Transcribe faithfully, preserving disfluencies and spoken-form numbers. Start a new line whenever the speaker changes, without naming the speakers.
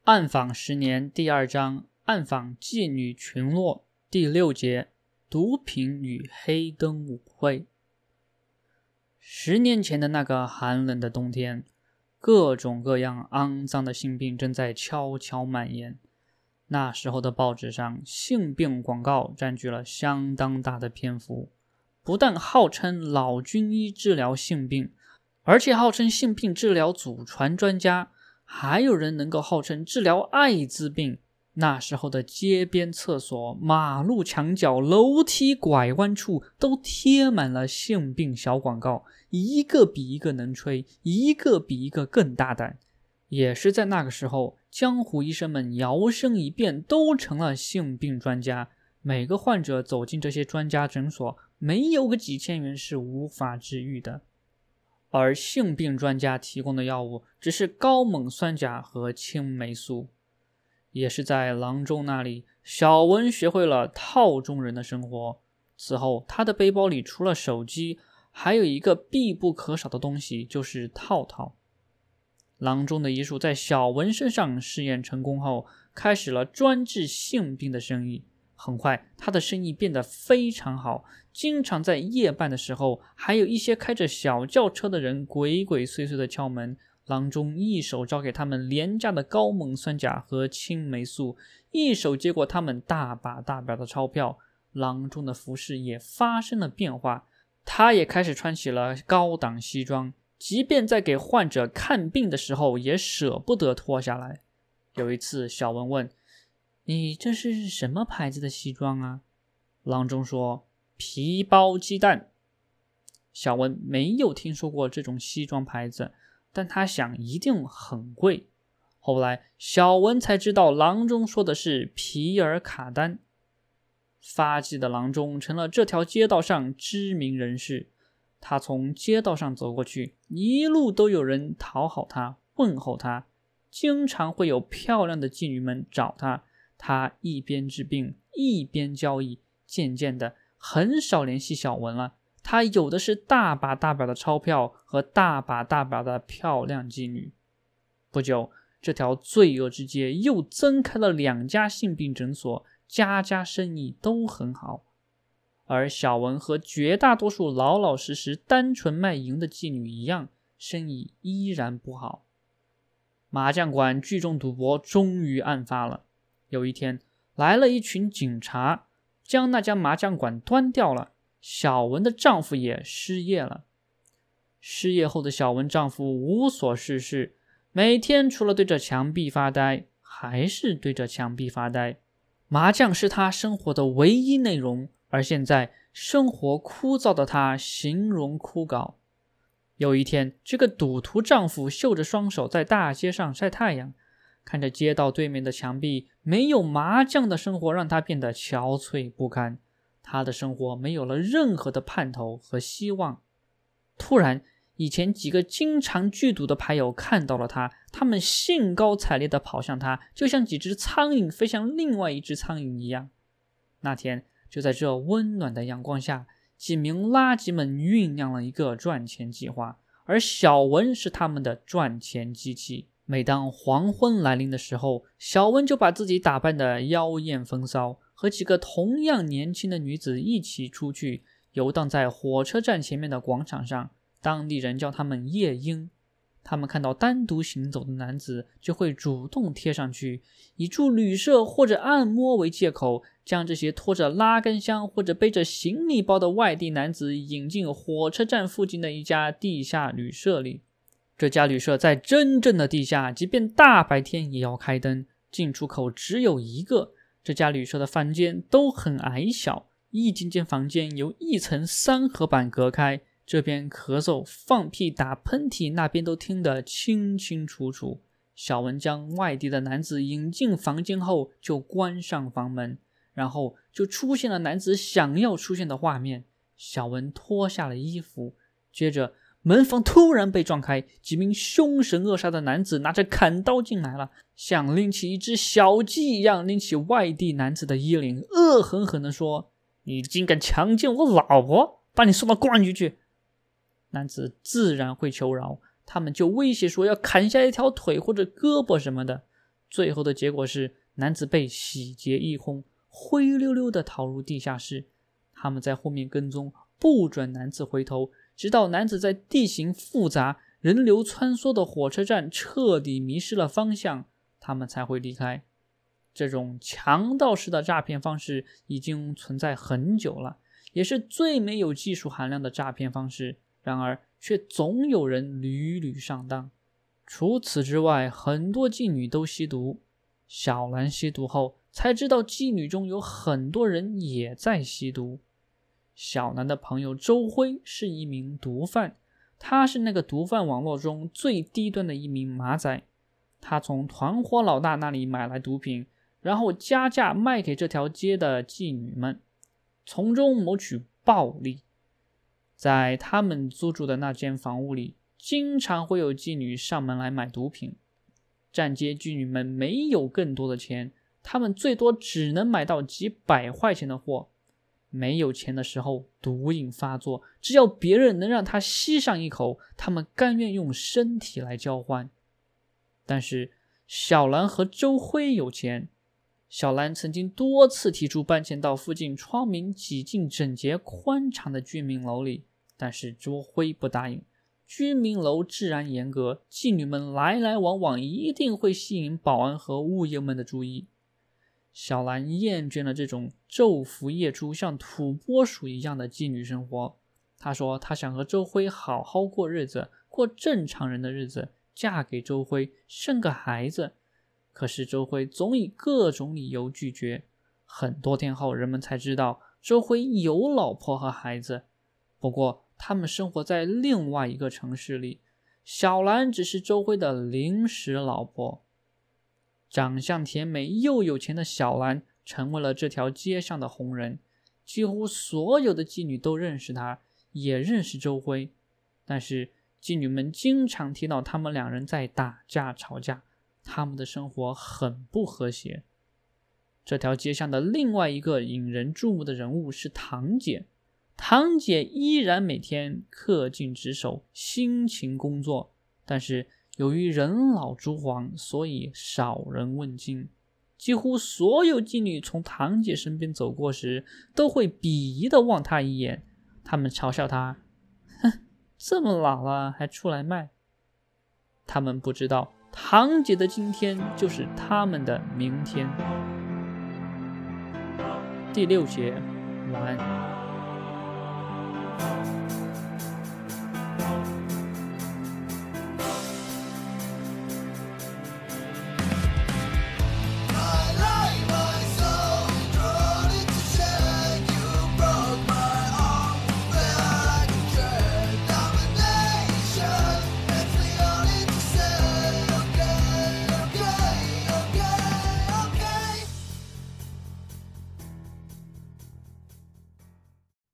暗访十年第二章暗访妓女群落第六节毒品与黑灯舞会。十年前的那个寒冷的冬天，各种各样肮脏的性病正在悄悄蔓延。那时候的报纸上，性病广告占据了相当大的篇幅，不但号称老军医治疗性病，而且号称性病治疗祖传专家，还有人能够号称治疗艾滋病。那时候的街边厕所、马路墙角、楼梯拐弯处都贴满了性病小广告，一个比一个能吹，一个比一个更大胆。也是在那个时候，江湖医生们摇身一变，都成了性病专家。每个患者走进这些专家诊所，没有个几千元是无法治愈的。而性病专家提供的药物只是高锰酸钾和青霉素。也是在郎中那里，小文学会了套中人的生活。此后，他的背包里除了手机，还有一个必不可少的东西，就是套套。郎中的医术在小文身上试验成功后，开始了专治性病的生意。很快，他的生意变得非常好，经常在夜半的时候，还有一些开着小轿车的人鬼鬼祟祟的敲门。郎中一手交给他们廉价的高锰酸钾和青霉素，一手接过他们大把大把的钞票。郎中的服饰也发生了变化，他也开始穿起了高档西装，即便在给患者看病的时候也舍不得脱下来。有一次，小文问：你这是什么牌子的西装啊？郎中说：皮包鸡蛋。小文没有听说过这种西装牌子，但他想一定很贵。后来小文才知道郎中说的是皮尔卡丹。发迹的郎中成了这条街道上知名人士。他从街道上走过去，一路都有人讨好他，问候他，经常会有漂亮的妓女们找他。他一边治病一边交易，渐渐的很少联系小文了。他有的是大把大把的钞票和大把大把的漂亮妓女。不久，这条罪恶之街又增开了两家性病诊所，家家生意都很好。而小文和绝大多数老老实实单纯卖淫的妓女一样，生意依然不好。麻将馆聚众赌博终于案发了。有一天，来了一群警察，将那家麻将馆端掉了。小文的丈夫也失业了。失业后的小文丈夫无所事事，每天除了对着墙壁发呆，还是对着墙壁发呆。麻将是他生活的唯一内容，而现在生活枯燥的他形容枯槁。有一天，这个赌徒丈夫秀着双手在大街上晒太阳，看着街道对面的墙壁，没有麻将的生活让他变得憔悴不堪。他的生活没有了任何的盼头和希望。突然，以前几个经常聚赌的牌友看到了他，他们兴高采烈地跑向他，就像几只苍蝇飞向另外一只苍蝇一样。那天，就在这温暖的阳光下，几名垃圾们酝酿了一个赚钱计划，而小文是他们的赚钱机器。每当黄昏来临的时候，小文就把自己打扮得妖艳风骚，和几个同样年轻的女子一起出去游荡在火车站前面的广场上，当地人叫他们夜莺。他们看到单独行走的男子，就会主动贴上去，以住旅社或者按摩为借口，将这些拖着拉杆箱或者背着行李包的外地男子引进火车站附近的一家地下旅社里。这家旅社在真正的地下，即便大白天也要开灯，进出口只有一个。这家旅社的房间都很矮小，一间间房间由一层三合板隔开，这边咳嗽、放屁、打喷嚏，那边都听得清清楚楚。小文将外地的男子引进房间后，就关上房门，然后就出现了男子想要出现的画面。小文脱下了衣服，接着门房突然被撞开，几名凶神恶煞的男子拿着砍刀进来了，像拎起一只小鸡一样拎起外地男子的衣领，恶狠狠地说：你竟敢强奸我老婆，把你送到公安局去。男子自然会求饶，他们就威胁说要砍下一条腿或者胳膊什么的。 最后的结果是男子被洗劫一空，灰溜溜地逃入地下室。他们在后面跟踪，不准男子回头，直到男子在地形复杂、人流穿梭的火车站彻底迷失了方向，他们才会离开。这种强盗式的诈骗方式已经存在很久了，也是最没有技术含量的诈骗方式，然而却总有人屡屡上当。除此之外，很多妓女都吸毒。小兰吸毒后才知道妓女中有很多人也在吸毒。小兰的朋友周辉是一名毒贩，他是那个毒贩网络中最低端的一名马仔。他从团伙老大那里买来毒品，然后加价卖给这条街的妓女们，从中谋取暴利。在他们租住的那间房屋里，经常会有妓女上门来买毒品。站街妓女们没有更多的钱，他们最多只能买到几百块钱的货。没有钱的时候，毒瘾发作，只要别人能让他吸上一口，他们甘愿用身体来交换。但是小兰和周辉有钱。小兰曾经多次提出搬迁到附近窗明几净、整洁宽敞的居民楼里，但是周辉不答应。居民楼治安严格，妓女们来来往往，一定会吸引保安和物业们的注意。小兰厌倦了这种昼伏夜出、像土拨鼠一样的妓女生活。她说她想和周辉好好过日子，过正常人的日子，嫁给周辉，生个孩子。可是周辉总以各种理由拒绝。很多天后，人们才知道周辉有老婆和孩子，不过他们生活在另外一个城市里。小兰只是周辉的临时老婆。长相甜美又有钱的小兰成为了这条街上的红人，几乎所有的妓女都认识她，也认识周辉。但是妓女们经常听到他们两人在打架吵架，他们的生活很不和谐。这条街上的另外一个引人注目的人物是堂姐。堂姐依然每天恪尽职守，辛勤工作，但是由于人老珠黄，所以少人问津。几乎所有妓女从堂姐身边走过时，都会鄙夷地望她一眼。他们嘲笑她，哼，这么老了还出来卖。他们不知道，堂姐的今天就是他们的明天。第六节完。